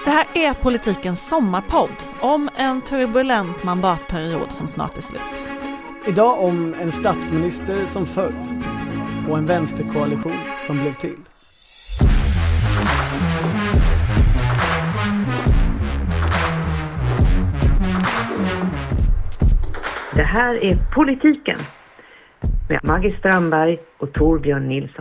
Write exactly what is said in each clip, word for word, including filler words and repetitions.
Det här är politikens sommarpodd om en turbulent mandatperiod som snart är slut. Idag om en statsminister som föll och en vänsterkoalition som blev till. Det här är Politiken med Maggie Strandberg och Torbjörn Nilsson.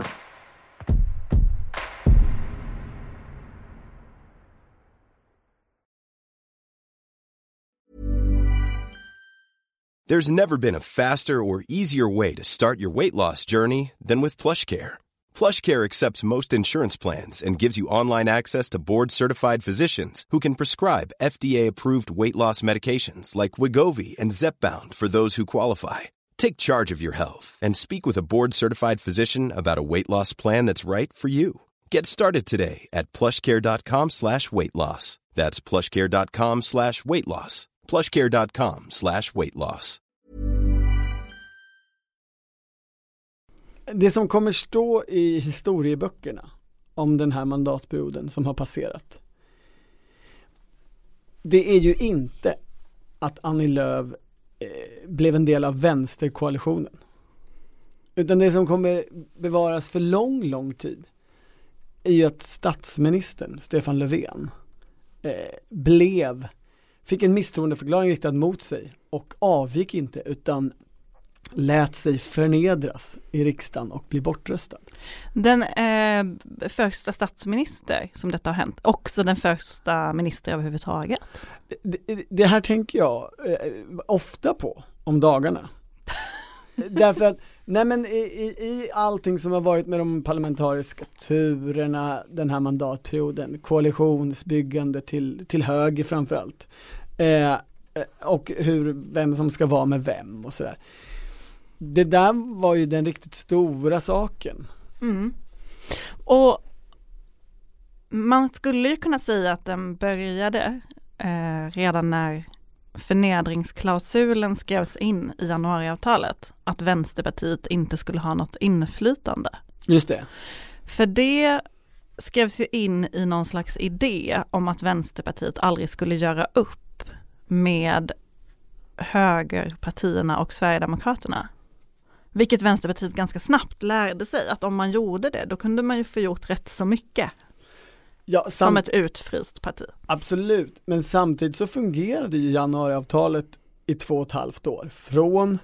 There's never been a faster or easier way to start your weight loss journey than with PlushCare. PlushCare accepts most insurance plans and gives you online access to board-certified physicians who can prescribe F D A-approved weight loss medications like Wegovy and Zepbound for those who qualify. Take charge of your health and speak with a board-certified physician about a weight loss plan that's right for you. Get started today at plushcare.com slash weight loss. That's plushcare.com slash weight loss. plushcare.com slash weight loss. Det som kommer stå i historieböckerna om den här mandatperioden som har passerat, det är ju inte att Annie Lööf eh, blev en del av vänsterkoalitionen. Utan det som kommer bevaras för lång, lång tid är ju att statsministern Stefan Löfven eh, blev fick en misstroendeförklaring riktad mot sig och avgick inte utan lät sig förnedras i riksdagen och bli bortröstad. Den eh, första statsminister som detta har hänt, också den första minister överhuvudtaget. Det, det, det här tänker jag eh, ofta på om dagarna. Därför att nej men i, i, i allting som har varit med de parlamentariska turerna den här mandatperioden, koalitionsbyggande till, till höger framförallt, eh, och hur, vem som ska vara med vem och sådär. Det där var ju den riktigt stora saken. Mm. Och man skulle ju kunna säga att den började eh, redan när förnedringsklausulen skrevs in i januariavtalet, att Vänsterpartiet inte skulle ha något inflytande. Just det. För det skrevs ju in i någon slags idé om att Vänsterpartiet aldrig skulle göra upp med högerpartierna och Sverigedemokraterna. Vilket Vänsterpartiet ganska snabbt lärde sig att om man gjorde det, då kunde man ju få gjort rätt så mycket. Ja, sam- som ett utfryst parti. Absolut, men samtidigt så fungerade ju januariavtalet i två och ett halvt år. Från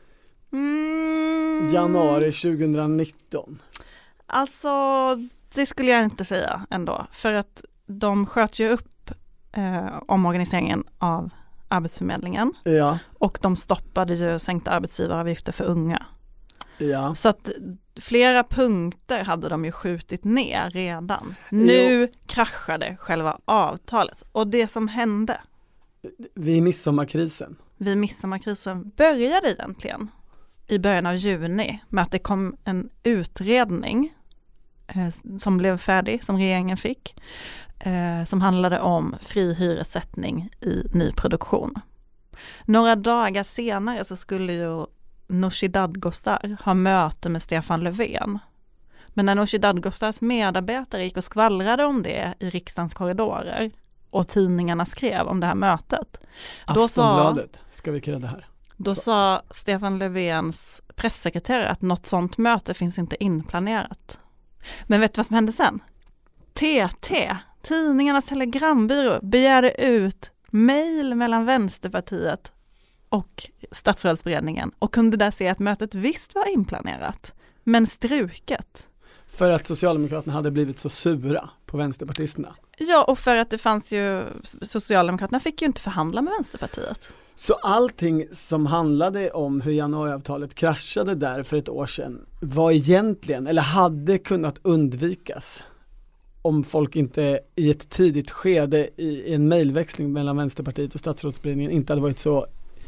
mm. januari tjugonitton. Alltså, det skulle jag inte säga ändå. För att de sköt ju upp eh, omorganiseringen av Arbetsförmedlingen. Ja. Och de stoppade ju sänkta arbetsgivaravgifter för unga. Ja. Så att flera punkter hade de ju skjutit ner redan. Nu jo. kraschade själva avtalet. Och det som hände vid midsommarkrisen. Vid midsommarkrisen började egentligen i början av juni med att det kom en utredning eh, som blev färdig, som regeringen fick, eh, som handlade om fri hyressättning i nyproduktion. Några dagar senare så skulle ju Nooshi Dadgostar ha möte med Stefan Löfven. Men när Nooshi Dadgostars medarbetare gick och skvallrade om det i riksdagens korridorer och tidningarna skrev om det här mötet. Aftonbladet, då sa, ska vi kredda här. Då sa Stefan Löfvens pressekreterare att något sånt möte finns inte inplanerat. Men vet du vad som hände sen? T T, tidningarnas telegrambyrå, begärde ut mejl mellan Vänsterpartiet och statsrådsberedningen och kunde där se att mötet visst var inplanerat, men struket. För att Socialdemokraterna hade blivit så sura på vänsterpartisterna. Ja, och för att det fanns ju, Socialdemokraterna fick ju inte förhandla med Vänsterpartiet. Så allting som handlade om hur januariavtalet kraschade där för ett år sedan var egentligen, eller hade kunnat undvikas om folk inte i ett tidigt skede i en mejlväxling mellan Vänsterpartiet och statsrådsberedningen inte hade varit så,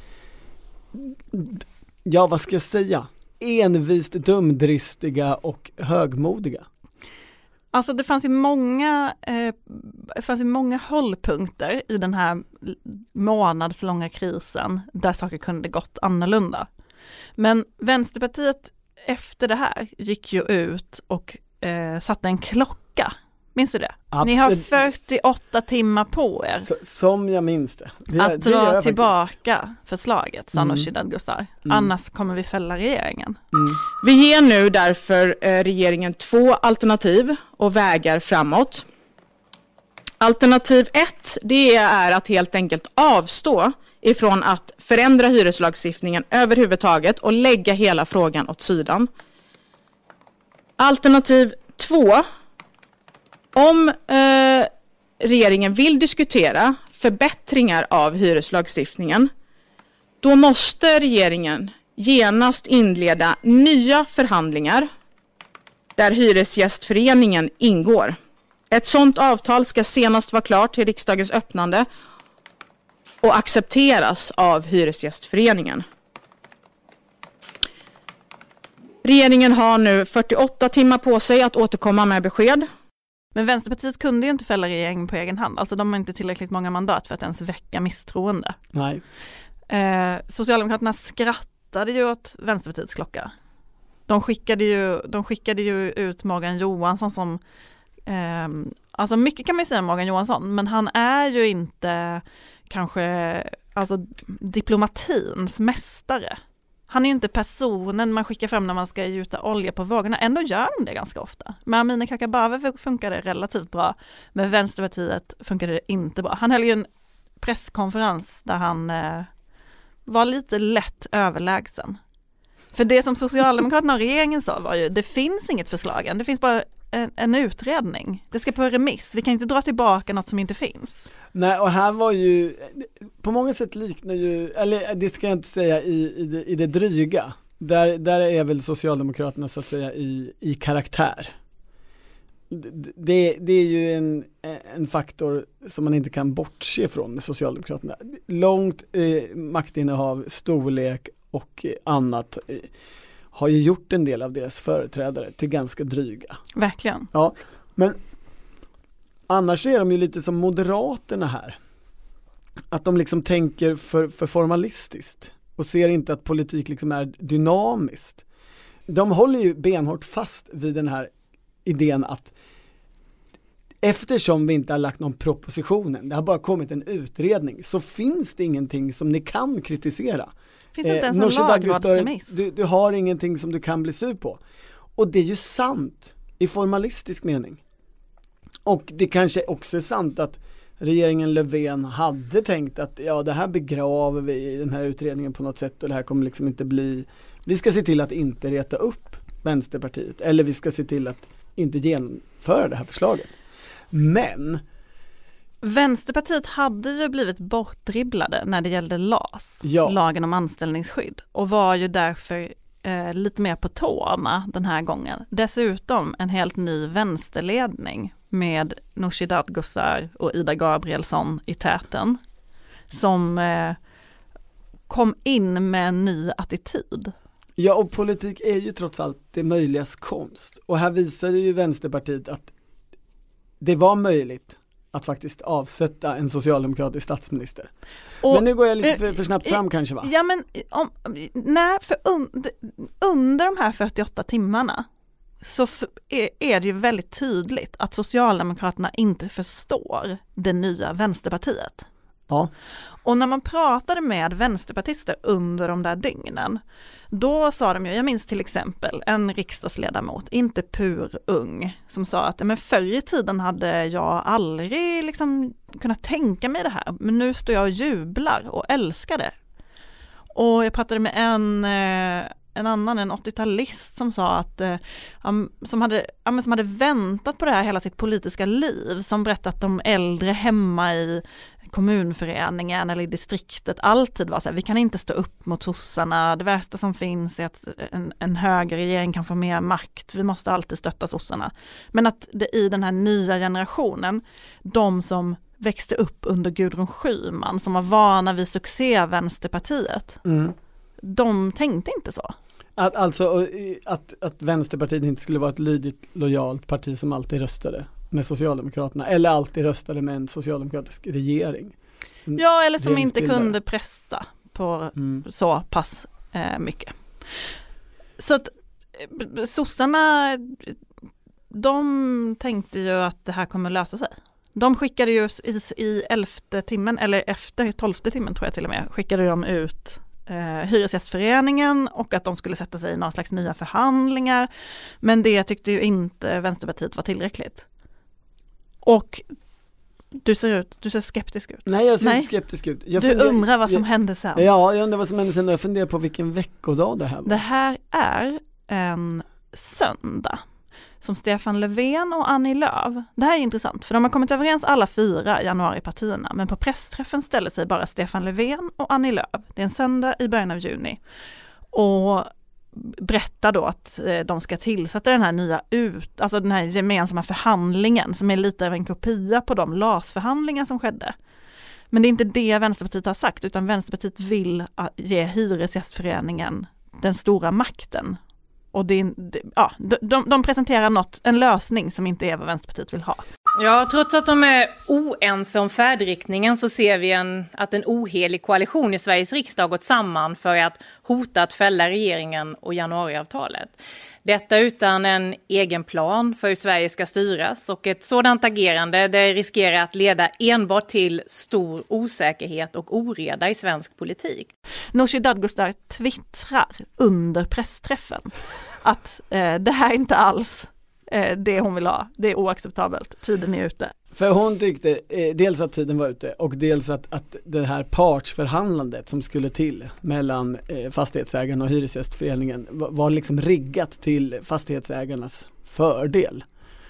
ja vad ska jag säga, envist dumdristiga och högmodiga. Alltså det fanns ju många, eh, det fanns ju många hållpunkter i den här månadslånga krisen där saker kunde gått annorlunda. Men Vänsterpartiet efter det här gick ju ut och eh, satte en klocka Minns du det? Absolut. Ni har fyrtioåtta timmar på er Så, som jag minns det. det att det dra tillbaka faktiskt. Förslaget, sa Mm. Nooshi Dadgostar. Mm. Annars kommer vi fälla regeringen. Mm. Vi ger nu därför eh, regeringen två alternativ och vägar framåt. Alternativ ett, det är att helt enkelt avstå ifrån att förändra hyreslagstiftningen överhuvudtaget och lägga hela frågan åt sidan. Alternativ två, om eh, regeringen vill diskutera förbättringar av hyreslagstiftningen, då måste regeringen genast inleda nya förhandlingar där Hyresgästföreningen ingår. Ett sådant avtal ska senast vara klart till riksdagens öppnande och accepteras av Hyresgästföreningen. Regeringen har nu fyrtioåtta timmar på sig att återkomma med besked. Men Vänsterpartiet kunde ju inte fälla regeringen på egen hand. Alltså de har inte tillräckligt många mandat för att ens väcka misstroende. Nej. Eh, Socialdemokraterna skrattade ju åt Vänsterpartiets klocka. De skickade ju, de skickade ju ut Morgan Johansson som eh, alltså mycket kan man ju säga om Morgan Johansson, men han är ju inte kanske alltså diplomatins mästare. Han är ju inte personen man skickar fram när man ska gjuta olja på vågorna. Ändå gör de det ganska ofta. Med Amineh Kakabaveh funkar det relativt bra. Med Vänsterpartiet funkar det inte bra. Han höll ju en presskonferens där han eh, var lite lätt överlägsen. För det som Socialdemokraterna och regeringen sa var ju, det finns inget förslag än. Det finns bara en, en utredning. Det ska på remiss. Vi kan inte dra tillbaka något som inte finns. Nej, och här var ju på många sätt liknar ju, eller det ska jag inte säga i, i, det, i det dryga. Där, där är väl Socialdemokraterna så att säga i, i karaktär. Det, det är ju en, en faktor som man inte kan bortse från med Socialdemokraterna. Långt eh, maktinnehav, storlek och eh, annat eh, har ju gjort en del av deras företrädare till ganska dryga. Verkligen. Ja, men annars är de ju lite som Moderaterna här. Att de liksom tänker för, för formalistiskt och ser inte att politik liksom är dynamiskt. De håller ju benhårt fast vid den här idén att eftersom vi inte har lagt någon propositionen, det har bara kommit en utredning, så finns det ingenting som ni kan kritisera. Finns inte ens en lagrådsremiss. Du, du har ingenting som du kan bli sur på. Och det är ju sant i formalistisk mening. Och det kanske också är sant att regeringen Löfven hade tänkt att ja, det här begraver vi i den här utredningen på något sätt och det här kommer liksom inte bli, vi ska se till att inte reta upp Vänsterpartiet eller vi ska se till att inte genomföra det här förslaget. Men Vänsterpartiet hade ju blivit bortdribblade när det gällde L A S, ja. lagen om anställningsskydd, och var ju därför eh, lite mer på tårna den här gången. Dessutom en helt ny vänsterledning med Nooshi Dadgostar och Ida Gabrielsson i täten som eh, kom in med en ny attityd. Ja, och politik är ju trots allt det möjligas konst. Och här visade ju Vänsterpartiet att det var möjligt att faktiskt avsätta en socialdemokratisk statsminister. Och, men nu går jag lite för, för snabbt fram äh, kanske va? Ja men om, nej, för un, under de här fyrtioåtta timmarna så för, är, är det ju väldigt tydligt att Socialdemokraterna inte förstår det nya Vänsterpartiet. Ja. Och när man pratade med vänsterpartister under de där dygnen, då sa de ju, jag minns till exempel en riksdagsledamot, inte pur ung, som sa att men förr i tiden hade jag aldrig liksom kunnat tänka mig det här, men nu står jag och jublar och älskar det. Och jag pratade med en, en annan, en åttiotalist som sa att som hade, som hade väntat på det här hela sitt politiska liv, som berättat om äldre hemma i kommunföreningen eller i distriktet alltid var så här, vi kan inte stå upp mot sossarna, det värsta som finns är att en, en högerregering kan få mer makt, vi måste alltid stötta sossarna. Men att det i den här nya generationen, de som växte upp under Gudrun Schyman, som var vana vid succé Vänsterpartiet, mm. de tänkte inte så. Att, alltså att, att Vänsterpartiet inte skulle vara ett lydigt, lojalt parti som alltid röstade med Socialdemokraterna eller alltid röstade med en socialdemokratisk regering. En ja, eller som inte kunde pressa på mm. så pass eh, mycket. Så att sossarna de tänkte ju att det här kommer lösa sig. De skickade ju i, i elfte timmen, eller efter tolfte timmen tror jag till och med, skickade de ut eh, Hyresgästföreningen och att de skulle sätta sig i några slags nya förhandlingar. Men det tyckte ju inte Vänsterpartiet var tillräckligt. Och du ser ut, du ser skeptisk ut. Nej, jag ser Nej. inte skeptisk ut. Jag du funder, undrar vad som jag, hände sen. Ja, jag undrar vad som hände sen. Jag funderar på vilken veckodag det här var. Det här är en söndag som Stefan Löfven och Annie Lööf. Det här är intressant för de har kommit överens alla fyra januaripartierna, men på pressträffen ställer sig bara Stefan Löfven och Annie Lööf. Det är en söndag i början av juni. Och berättar då att de ska tillsätta den här nya ut, alltså den här gemensamma förhandlingen som är lite av en kopia på de L A S-förhandlingar som skedde. Men det är inte det Vänsterpartiet har sagt, utan Vänsterpartiet vill ge Hyresgästföreningen den stora makten. Och det, ja, de, de presenterar något, en lösning som inte är vad Vänsterpartiet vill ha. Ja, trots att de är oense om färdriktningen så ser vi en, att en ohelig koalition i Sveriges riksdag gått samman för att hota att fälla regeringen och januariavtalet. Detta utan en egen plan för hur Sverige ska styras, och ett sådant agerande det riskerar att leda enbart till stor osäkerhet och oreda i svensk politik. Nooshi Dadgostar twittrar under pressträffen att eh, det här är inte alls eh, det hon vill ha. Det är oacceptabelt. Tiden är ute. För hon tyckte eh, dels att tiden var ute och dels att, att det här partsförhandlandet som skulle till mellan eh, fastighetsägarna och Hyresgästföreningen var, var liksom riggat till fastighetsägarnas fördel.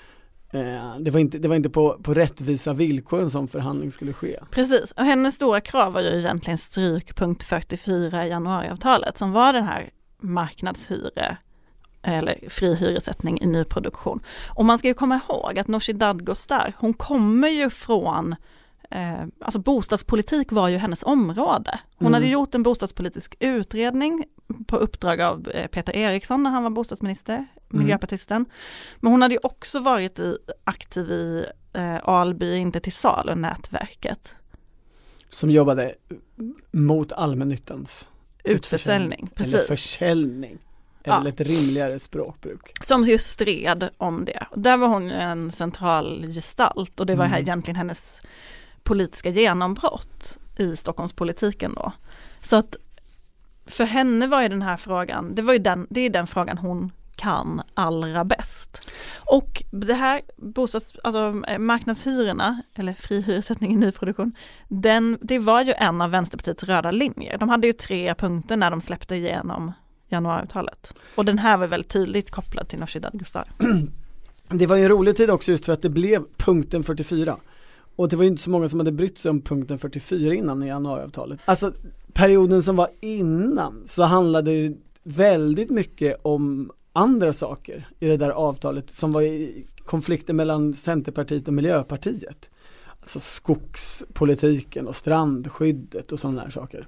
Eh, det var inte, det var inte på, på rättvisa villkor en sån förhandling skulle ske. Precis, och hennes stora krav var ju egentligen stryk punkt fyrtiofyra i januariavtalet som var den här marknadshyre eller fri hyressättning i nyproduktion. Och man ska ju komma ihåg att Nooshi Dadgostar, hon kommer ju från, eh, alltså bostadspolitik var ju hennes område. Hon mm. hade gjort en bostadspolitisk utredning på uppdrag av eh, Peter Eriksson när han var bostadsminister, mm. miljöpartisten. Men hon hade ju också varit i, aktiv i eh, Alby inte till salu nätverket. Som jobbade mot allmännyttans utförsäljning. Precis. Eller försäljning. Eller ja. Ett rimligare språkbruk. Som ju stred om det. Och där var hon en central gestalt och det var mm. här egentligen hennes politiska genombrott i Stockholmspolitiken då. Så att för henne var ju den här frågan, det var ju den, det är den frågan hon kan allra bäst. Och det här bostads, alltså marknadshyrorna eller fri hyressättning i nyproduktion, den, det var ju en av Vänsterpartiets röda linjer. De hade ju tre punkter när de släppte igenom januariavtalet. Och den här var väldigt tydligt kopplad till Nooshi Dadgostar. Det var ju en rolig tid också just för att det blev punkten fyrtiofyra. Och det var ju inte så många som hade brytt sig om punkten fyrtiofyra innan i januariavtalet. Alltså perioden som var innan så handlade det väldigt mycket om andra saker i det där avtalet som var i konflikten mellan Centerpartiet och Miljöpartiet. Alltså skogspolitiken och strandskyddet och sådana här saker.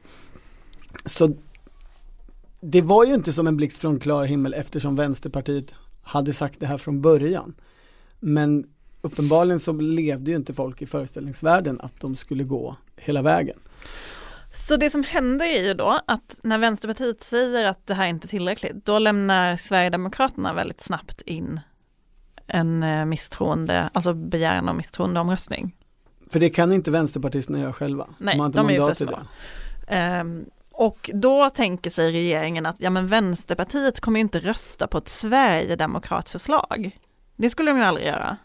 Så det var ju inte som en blixt från klar himmel eftersom Vänsterpartiet hade sagt det här från början. Men uppenbarligen så levde ju inte folk i föreställningsvärlden att de skulle gå hela vägen. Så det som hände är ju då att när Vänsterpartiet säger att det här är inte tillräckligt, då lämnar Sverigedemokraterna väldigt snabbt in en misstroende, alltså begäran om misstroendeomröstning. För det kan inte vänsterpartisterna göra själva. Nej, de, de är ju för små. Um, och då tänker sig regeringen att ja, men Vänsterpartiet kommer ju inte rösta på ett Sverigedemokratförslag. Det skulle de ju aldrig göra.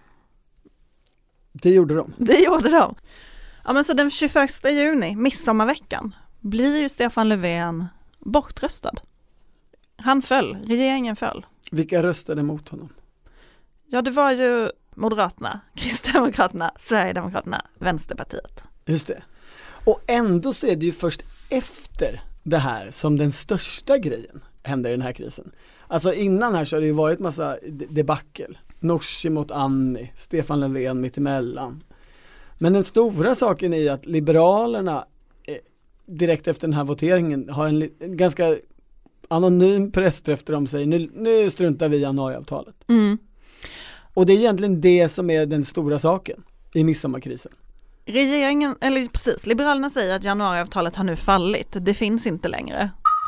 Det gjorde de. Det gjorde de. Ja, men så den tjugoförsta juni, midsommarveckan, blir ju Stefan Löfven bortröstad. Han föll, regeringen föll. Vilka röstade mot honom? Ja, det var ju Moderaterna, Kristdemokraterna, Sverigedemokraterna, Vänsterpartiet. Just det. Och ändå så är det ju först efter det här som den största grejen händer i den här krisen. Alltså innan här så har det ju varit massa debacle. Nooshi mot Annie, Stefan Löfven mitt emellan. Men den stora saken är ju att Liberalerna eh, direkt efter den här voteringen har en, en ganska anonym pressträff där de säger nu, nu struntar vi i januariavtalet. Mm. Och det är egentligen det som är den stora saken i midsommarkrisen. Regeringen, eller precis, Liberalerna säger att januariavtalet har nu fallit. Det finns inte längre.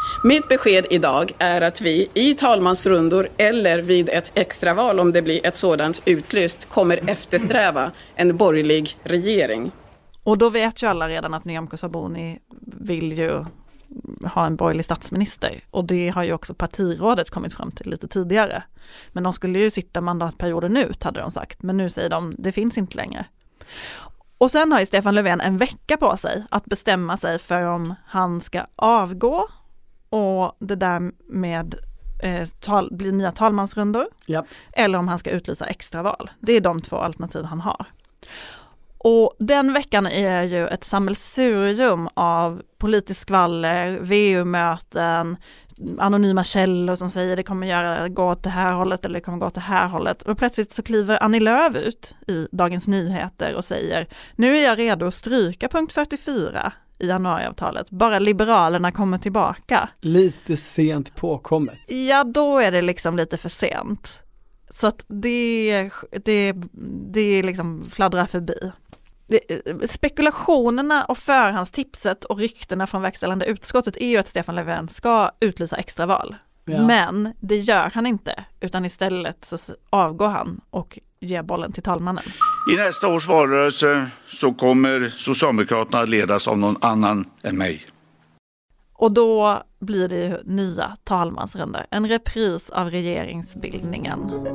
Mitt besked idag är att vi i talmansrundor eller vid ett extraval, om det blir ett sådant utlyst, kommer eftersträva en borgerlig regering. Och då vet ju alla redan att Nyamko Sabuni vill ju ha en borgerlig statsminister. Och det har ju också partirådet kommit fram till lite tidigare. Men de skulle ju sitta mandatperioden ut, hade de sagt. Men nu säger de, det finns inte längre. Och sen har ju Stefan Löfven en vecka på sig att bestämma sig för om han ska avgå. Och det där med eh, tal, blir nya talmansrundor. Yep. Eller om han ska utlysa extraval. Det är de två alternativ han har. Och den veckan är ju ett sammelsurium av politisk skvaller, V U-möten, anonyma källor som säger det kommer göra, gå åt det här hållet eller det kommer gå åt det här hållet. Och plötsligt så kliver Annie Lööf ut i Dagens Nyheter och säger nu är jag redo att stryka punkt fyrtiofyra i januariavtalet. Bara Liberalerna kommer tillbaka. Lite sent påkommet. Ja, då är det liksom lite för sent. Så att det, det, det liksom fladdrar förbi. Det, spekulationerna och förhandstipset och ryktena från verkställande utskottet är ju att Stefan Löfven ska utlysa extraval. Ja. Men det gör han inte, utan istället så avgår han och ger bollen till talmannen. I nästa års valrörelse så kommer Socialdemokraterna att ledas av någon annan än mig. Och då blir det ju nya talmansrundor. En repris av regeringsbildningen.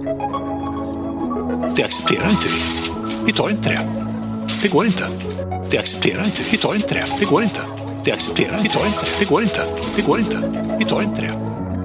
Det accepterar inte vi. Vi tar inte det. Det går inte. Det accepterar inte. Vi tar inte det. Det går inte. Det accepterar. Vi tar inte det. Det går inte. Det går inte. Vi tar inte det.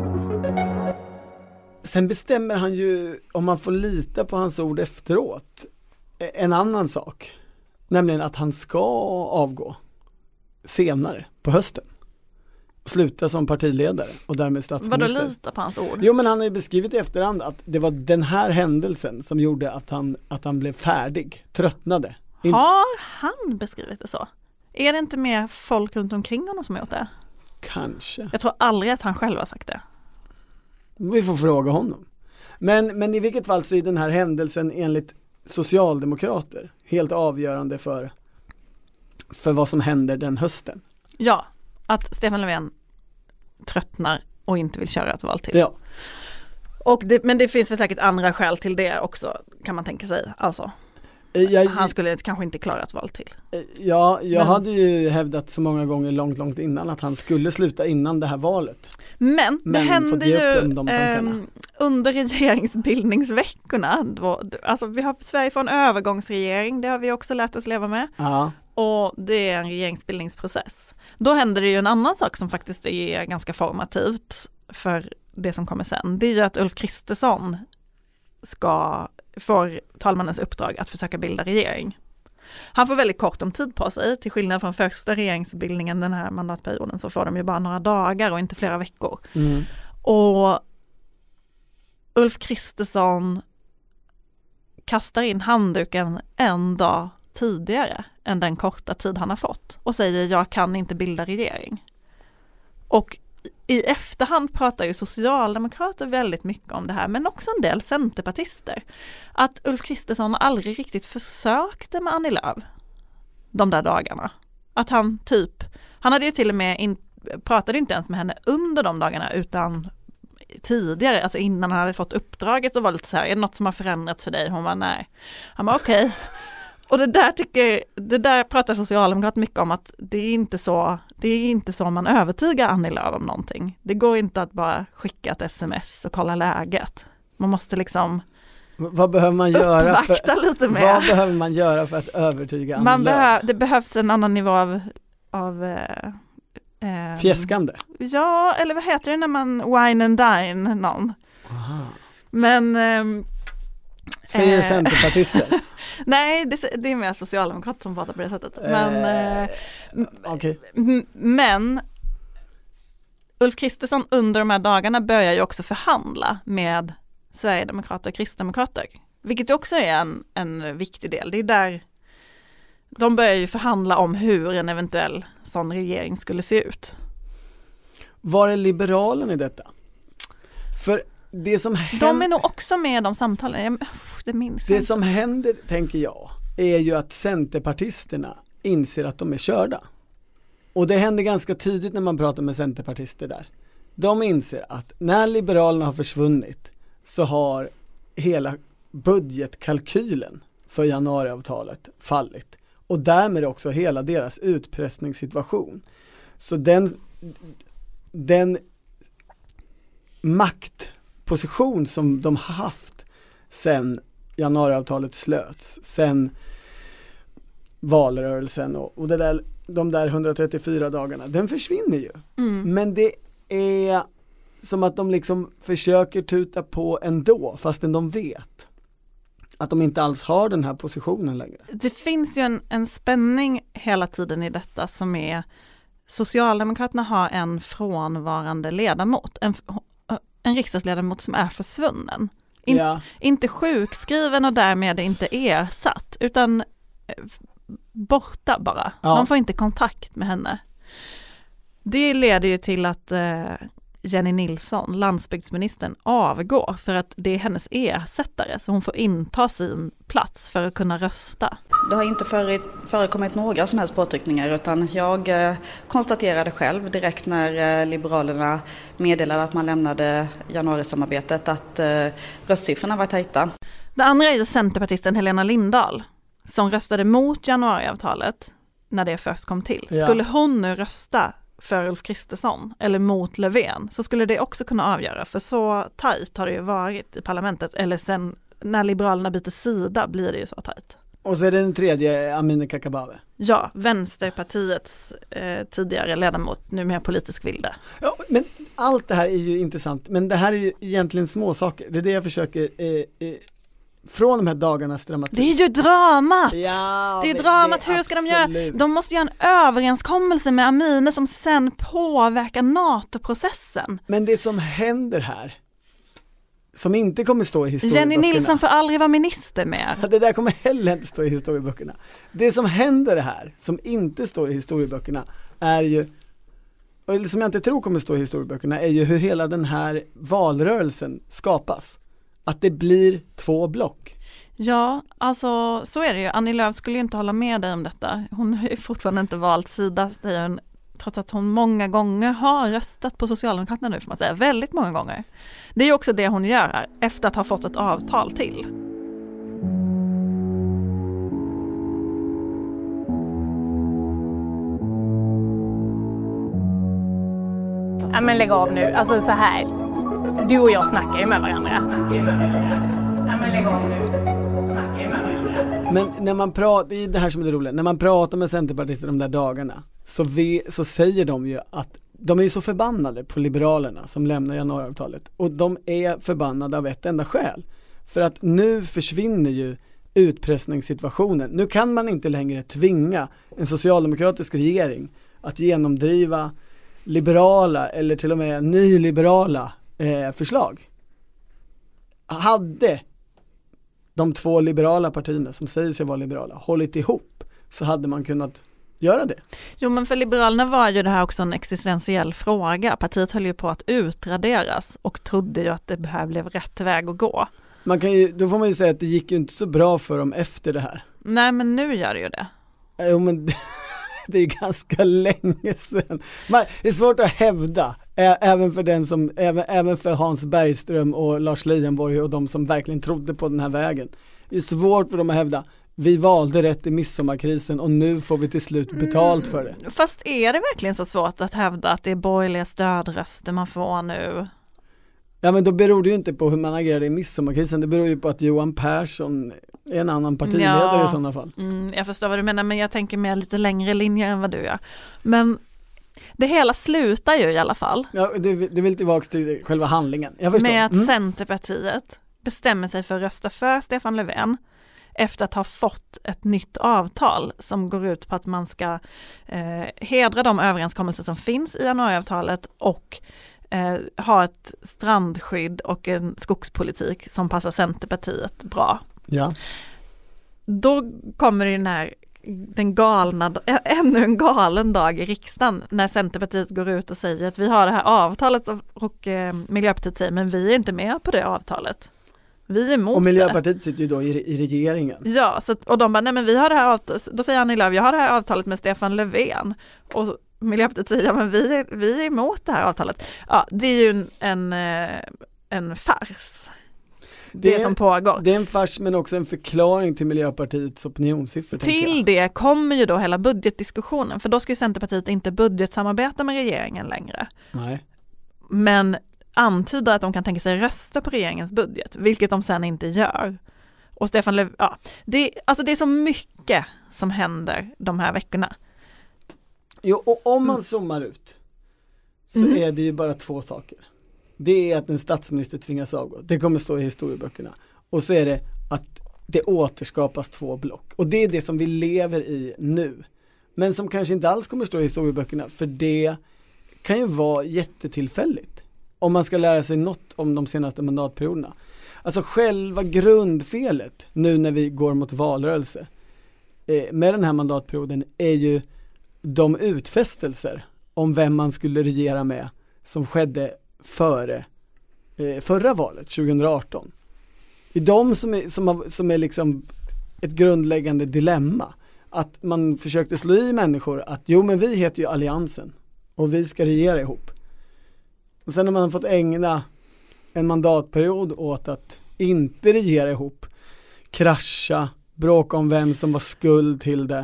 Sen bestämmer han ju, om man får lita på hans ord efteråt, en annan sak. Nämligen att han ska avgå senare på hösten. Sluta som partiledare och därmed statsminister. Vadå lita på hans ord? Jo, men han har ju beskrivit i efterhand att det var den här händelsen som gjorde att han, att han blev färdig, tröttnade. Har han beskrivit det så? Är det inte mer folk runt omkring honom som har gjort det? Kanske. Jag tror aldrig att han själv har sagt det. Vi får fråga honom. Men, men i vilket fall så är den här händelsen enligt socialdemokrater helt avgörande för, för vad som händer den hösten. Ja, att Stefan Löfven tröttnar och inte vill köra ett val till. Ja. Och det, men det finns väl säkert andra skäl till det också, kan man tänka sig. Alltså, jag, han skulle kanske inte klara ett val till. Ja, jag men, hade ju hävdat så många gånger långt, långt innan att han skulle sluta innan det här valet. Men, men det hände ju de eh, under regeringsbildningsveckorna. Då, alltså vi har Sverige får en övergångsregering, det har vi också lärt oss leva med. Ja. Och det är en regeringsbildningsprocess. Då händer det ju en annan sak som faktiskt är ganska formativt för det som kommer sen. Det är ju att Ulf Kristersson ska få talmannens uppdrag att försöka bilda regering. Han får väldigt kort om tid på sig. Till skillnad från första regeringsbildningen den här mandatperioden så får de ju bara några dagar och inte flera veckor. Mm. Och Ulf Kristersson kastar in handduken en dag tidigare än den korta tid han har fått och säger jag kan inte bilda regering. Och i efterhand pratar ju socialdemokrater väldigt mycket om det här, men också en del centerpartister. Att Ulf Kristersson aldrig riktigt försökte med Annie Lööf de där dagarna. Att han typ, han hade ju till och med in, pratade inte ens med henne under de dagarna utan tidigare, alltså innan han hade fått uppdraget och var lite så här, är det något som har förändrats för dig? Hon var nej. Han var okej. Okay. Och det där tycker, det där pratar socialdemokrater mycket om att det är inte så, det är inte så man övertygar Annie Lööf om någonting. Det går inte att bara skicka ett sms och kolla läget. Man måste liksom vad behöver man göra för, lite mer. Vad behöver man göra för att övertyga Annie man Lööf? Behöv, det behövs en annan nivå av, av eh, eh, fjäskande. Ja, eller vad heter det när man wine and dine någon? Aha. Men eh, säger eh, centerpartister. Nej, det, det är mer socialdemokrater som pratar på det sättet. Men, eh, okay. m- men Ulf Kristersson under de här dagarna börjar ju också förhandla med Sverigedemokrater och Kristdemokrater. Vilket också är en, en viktig del. Det är där de börjar ju förhandla om hur en eventuell sån regering skulle se ut. Var är liberalen i detta? För det som händer, de är nog också med i de samtalen. Jag, det minns det inte. som händer, tänker jag, är ju att centerpartisterna inser att de är körda. och det händer ganska tidigt när man pratar med centerpartister där. De inser att när Liberalerna har försvunnit så har hela budgetkalkylen för januariavtalet fallit. Och därmed också hela deras utpressningssituation. Så den, den maktposition som de har haft sen januariavtalet slöts, sen valrörelsen och, och det där, de där hundratrettiofyra dagarna, den försvinner ju. Mm. Men det är som att de liksom försöker tuta på ändå, fastän de vet att de inte alls har den här positionen längre. Det finns ju en, en spänning hela tiden i detta som är Socialdemokraterna har en frånvarande ledamot, en, en riksdagsledamot som är försvunnen. In, ja. Inte sjukskriven och därmed inte ersatt, utan borta bara. Ja. Man får inte kontakt med henne. Det leder ju till att eh, Jenny Nilsson, landsbygdsministern, avgår för att det är hennes ersättare, så hon får inta sin plats för att kunna rösta. Det har inte förekommit några som helst påtryckningar, utan jag eh, konstaterade själv direkt när eh, Liberalerna meddelade att man lämnade januarisamarbetet att eh, röstsiffrorna var tajta. Det andra är ju centerpartisten Helena Lindahl som röstade mot januariavtalet när det först kom till. Ja. Skulle hon nu rösta för Ulf Kristersson eller mot Löfven, så skulle det också kunna avgöra, för så tajt har det ju varit i parlamentet, eller sen när Liberalerna byter sida blir det ju så tajt. Och så är det den tredje, Amineh Kakabaveh. Ja, Vänsterpartiets eh, tidigare ledamot, numera politisk vilde. Ja, men allt det här är ju intressant, men det här är ju egentligen små saker. Det är det jag försöker eh, eh, från de här dagarna strömma till. Det är ju dramat! Ja, det är ju dramat, hur ska de göra? De måste göra en överenskommelse med Amineh som sen påverkar NATO-processen. Men det som händer här, som inte kommer stå i historieböckerna. Jenny Nilsson får aldrig vara minister mer. Det där kommer heller inte stå i historieböckerna. Det som händer här, som inte står i historieböckerna, är ju, och som jag inte tror kommer stå i historieböckerna, är ju hur hela den här valrörelsen skapas. Att det blir två block. Ja, alltså så är det ju. Annie Lööf skulle ju inte hålla med dig om detta. Hon har ju fortfarande inte valt sida, säger hon, trots att hon många gånger har röstat på Socialdemokraterna nu, får man säga. Väldigt många gånger. Det är ju också det hon gör här, efter att ha fått ett avtal till. Ja, men lägg av nu. Alltså så här. Du och jag snackar ju med varandra. Ja, men lägg av nu. Snackar ju med varandra. Men när man pratar, det är det här som är det roliga. När man pratar med centerpartister de där dagarna, så, vi, så säger de ju att de är ju så förbannade på Liberalerna som lämnar januariavtalet. Och de är förbannade av ett enda skäl. För att nu försvinner ju utpressningssituationen. Nu kan man inte längre tvinga en socialdemokratisk regering att genomdriva liberala eller till och med nyliberala eh, förslag. Hade de två liberala partierna som säger sig vara liberala hållit ihop, så hade man kunnat göra det. Jo, men för Liberalerna var ju det här också en existentiell fråga. Partiet höll ju på att utraderas och trodde ju att det här blev rätt väg att gå. Man kan ju, då får man ju säga att det gick ju inte så bra för dem efter det här. Nej, men nu gör det ju det. Jo, men det är ganska länge sedan. Man, det är svårt att hävda, ä- även för den som, även, även för Hans Bergström och Lars Leijonborg och de som verkligen trodde på den här vägen. Det är svårt för dem att hävda. Vi valde rätt i midsommarkrisen och nu får vi till slut betalt för det. Mm, fast är det verkligen så svårt att hävda att det är borgerliga stödröster man får nu? Ja, men då beror det ju inte på hur man agerade i midsommarkrisen. Det beror ju på att Johan Persson är en annan partiledare ja, i sådana fall. Mm, jag förstår vad du menar, men jag tänker med lite längre linjer än vad du gör. Men det hela slutar ju i alla fall. Ja, du, du vill tillbaka till själva handlingen. Jag förstår. Med att mm. Centerpartiet bestämmer sig för att rösta för Stefan Löfven efter att ha fått ett nytt avtal som går ut på att man ska eh, hedra de överenskommelser som finns i januariavtalet och eh, ha ett strandskydd och en skogspolitik som passar Centerpartiet bra. Ja. Då kommer det den här den galna, ännu en galen dag i riksdagen när Centerpartiet går ut och säger att vi har det här avtalet och eh, Miljöpartiet säger men vi är inte med på det avtalet. Vi är emot och Miljöpartiet det. Sitter ju då i, i regeringen. Ja, så, och de bara, nej men vi har det här avtalet, då säger Annie Lööf, jag har det här avtalet med Stefan Löfven. Och Miljöpartiet säger, ja, men vi är, vi är emot det här avtalet. Ja, det är ju en, en, en fars. Det, det som pågår. Det är en fars, men också en förklaring till Miljöpartiets opinionssiffror. Till det kommer ju då hela budgetdiskussionen, för då ska ju Centerpartiet inte budgetsamarbeta med regeringen längre. Nej. Men antyder att de kan tänka sig rösta på regeringens budget, vilket de sen inte gör. Och Stefan Löfven, ja, det, alltså det är så mycket som händer de här veckorna. Jo, och om man zoomar ut så mm. är det ju bara två saker. Det är att en statsminister tvingas avgå. Det kommer stå i historieböckerna. Och så är det att det återskapas två block. Och det är det som vi lever i nu. Men som kanske inte alls kommer stå i historieböckerna, för det kan ju vara jättetillfälligt. Om man ska lära sig något om de senaste mandatperioderna. Alltså själva grundfelet nu när vi går mot valrörelse eh, med den här mandatperioden är ju de utfästelser om vem man skulle regera med som skedde före eh, förra valet tjugo arton. Det är de som är, som, har, som är liksom ett grundläggande dilemma. Att man försökte slå i människor att jo, men vi heter ju Alliansen och vi ska regera ihop. Och sen när man har fått ägna en mandatperiod åt att inte regera ihop, krascha, bråka om vem som var skuld till det,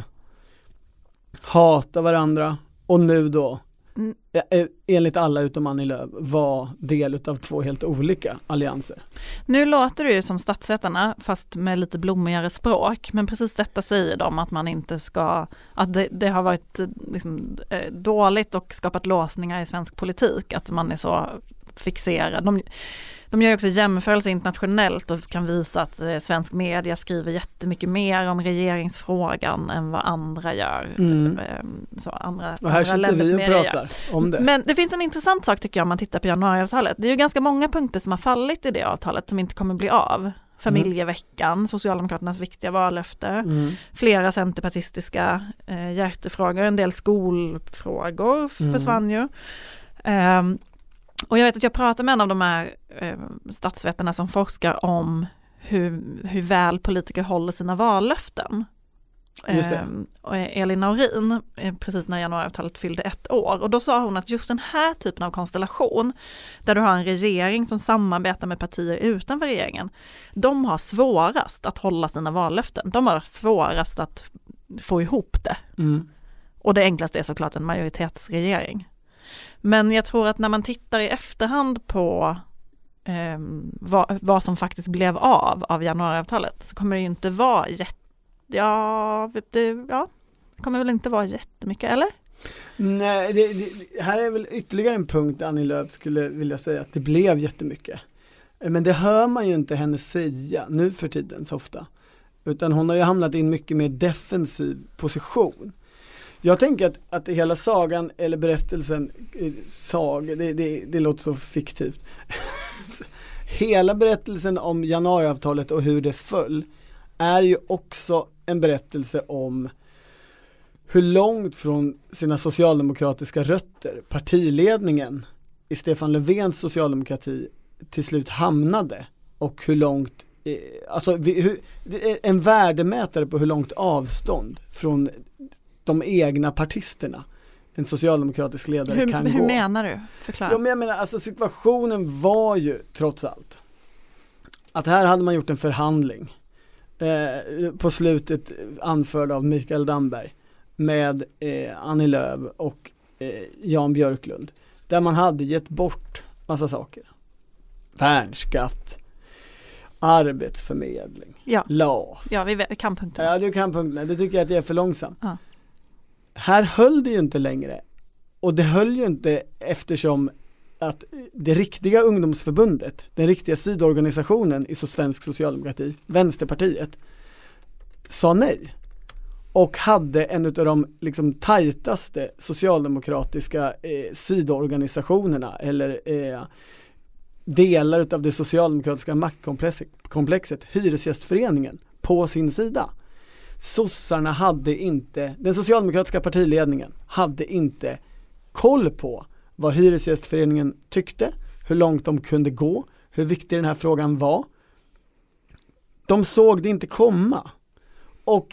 hata varandra och nu då mm. enligt alla utom Annie Lööf var del av två helt olika allianser. Nu låter det ju som statsvetarna fast med lite blommigare språk, men precis detta säger de att man inte ska, att det, det har varit liksom, eh, dåligt och skapat låsningar i svensk politik, att man är så fixerad. De, de gör också jämförelser internationellt och kan visa att eh, svensk media skriver jättemycket mer om regeringsfrågan än vad andra gör. Mm. Så andra, och här sitter vi och pratar gör. om det. Men det finns en intressant sak tycker jag om man tittar på januariavtalet. Det är ju ganska många punkter som har fallit i det avtalet som inte kommer bli av. Familjeveckan, mm. Socialdemokraternas viktiga vallöfte, mm. flera centerpartistiska eh, hjärtefrågor, en del skolfrågor mm. försvann ju. Um, Och jag vet att jag pratar med en av de här eh, statsvetarna som forskar om hur, hur väl politiker håller sina vallöften. Just det. Eh, och Elin Naurin, eh, precis när januariavtalet fyllde ett år. Och då sa hon att just den här typen av konstellation, där du har en regering som samarbetar med partier utanför regeringen, de har svårast att hålla sina vallöften. De har svårast att få ihop det. Mm. Och det enklaste är såklart en majoritetsregering. Men jag tror att när man tittar i efterhand på eh, vad, vad som faktiskt blev av av januariavtalet så kommer det ju inte vara jätte, ja, det, ja, det kommer väl inte vara jättemycket, eller? Nej, det, det, här är väl ytterligare en punkt Annie Lööf skulle vilja säga att det blev jättemycket. Men det hör man ju inte henne säga nu för tiden så ofta. Utan hon har ju hamnat i en mycket mer defensiv position. Jag tänker att, att hela sagan eller berättelsen, sag, det, det, det låter så fiktivt. Hela berättelsen om januariavtalet och hur det föll är ju också en berättelse om hur långt från sina socialdemokratiska rötter partiledningen i Stefan Löfvens socialdemokrati till slut hamnade och hur långt, alltså hur, en värdemätare på hur långt avstånd från de egna partisterna en socialdemokratisk ledare hur, kan hur gå. Hur menar du? Förklara. Ja, men jag menar, alltså situationen var ju trots allt att här hade man gjort en förhandling eh, på slutet anförd av Mikael Damberg med eh, Annie Lööf och eh, Jan Björklund där man hade gett bort massa saker. Värnskatt, arbetsförmedling, ja. L A S. Ja, vi kan punkten. Ja, du kan punkten. Det tycker jag att det är för långsamt. Ja. Här höll det ju inte längre. Och det höll ju inte eftersom att det riktiga ungdomsförbundet, den riktiga sidorganisationen i så svensk socialdemokrati, Vänsterpartiet, sa nej. Och hade en av de liksom tajtaste socialdemokratiska eh, sidorganisationerna eller eh, delar utav det socialdemokratiska maktkomplexet, Hyresgästföreningen, på sin sida. Sossarna hade inte, den socialdemokratiska partiledningen hade inte koll på vad Hyresgästföreningen tyckte, hur långt de kunde gå, hur viktig den här frågan var. De såg det inte komma. Och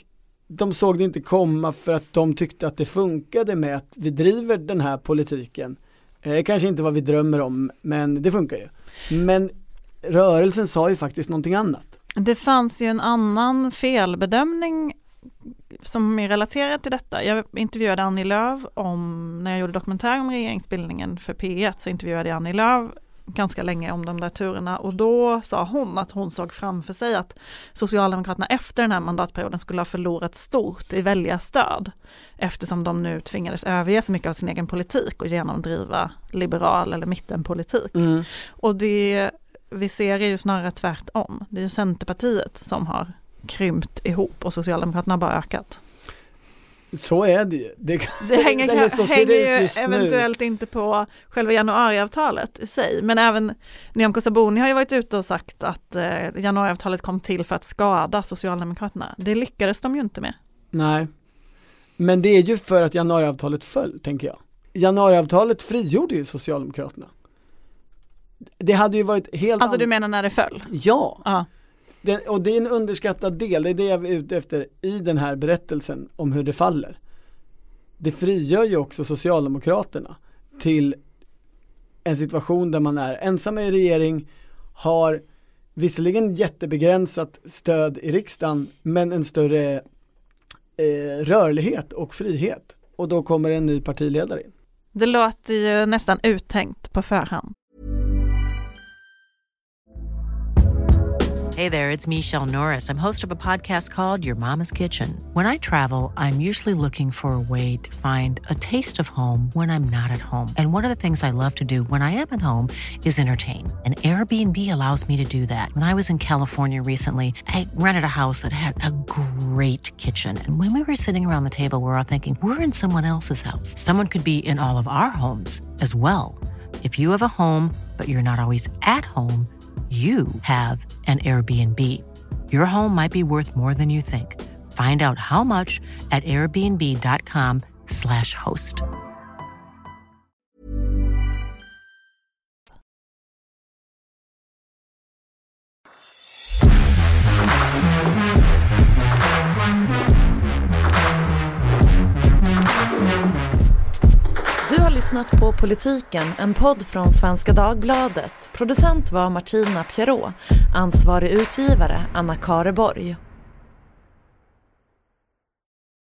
de såg det inte komma för att de tyckte att det funkade med att vi driver den här politiken. Det eh, kanske inte vad vi drömmer om, men det funkar ju. Men rörelsen sa ju faktiskt någonting annat. Det fanns ju en annan felbedömning som är relaterad till detta. Jag intervjuade Annie Lööf om, när jag gjorde dokumentär om regeringsbildningen för P ett, så intervjuade jag Annie Lööf ganska länge om de där turerna, och då sa hon att hon såg framför sig att Socialdemokraterna efter den här mandatperioden skulle ha förlorat stort i väljarstöd, eftersom de nu tvingades överge så mycket av sin egen politik och genomdriva liberal eller mittenpolitik. Mm. Och det vi ser är ju snarare tvärtom. Det är ju Centerpartiet som har krympt ihop och Socialdemokraterna har bara ökat. Så är det ju. Det, det hänger, eller så hänger det ju eventuellt nu. Inte på själva januariavtalet i sig. Men även Nyamko Sabuni har ju varit ute och sagt att eh, januariavtalet kom till för att skada Socialdemokraterna. Det lyckades de ju inte med. Nej. Men det är ju för att januariavtalet föll, tänker jag. Januariavtalet frigjorde ju Socialdemokraterna. Det hade ju varit helt... Alltså du menar när det föll? Ja. Ja. Den, och det är en underskattad del, det är det jag är ute efter i den här berättelsen om hur det faller. Det frigör ju också Socialdemokraterna till en situation där man är ensam i regering, har visserligen jättebegränsat stöd i riksdagen, men en större eh, rörlighet och frihet. Och då kommer en ny partiledare in. Det låter ju nästan uttänkt på förhand. Hey there, it's Michelle Norris. I'm host of a podcast called Your Mama's Kitchen. When I travel, I'm usually looking for a way to find a taste of home when I'm not at home. And one of the things I love to do when I am at home is entertain. And Airbnb allows me to do that. When I was in California recently, I rented a house that had a great kitchen. And when we were sitting around the table, we were all thinking, we're in someone else's house. Someone could be in all of our homes as well. If you have a home, but you're not always at home, you have an Airbnb. Your home might be worth more than you think. Find out how much at airbnb.com slash host. Du har lyssnat på Politiken, en podd från Svenska Dagbladet. Producent var Martina Pierrot, ansvarig utgivare Anna Kareborg.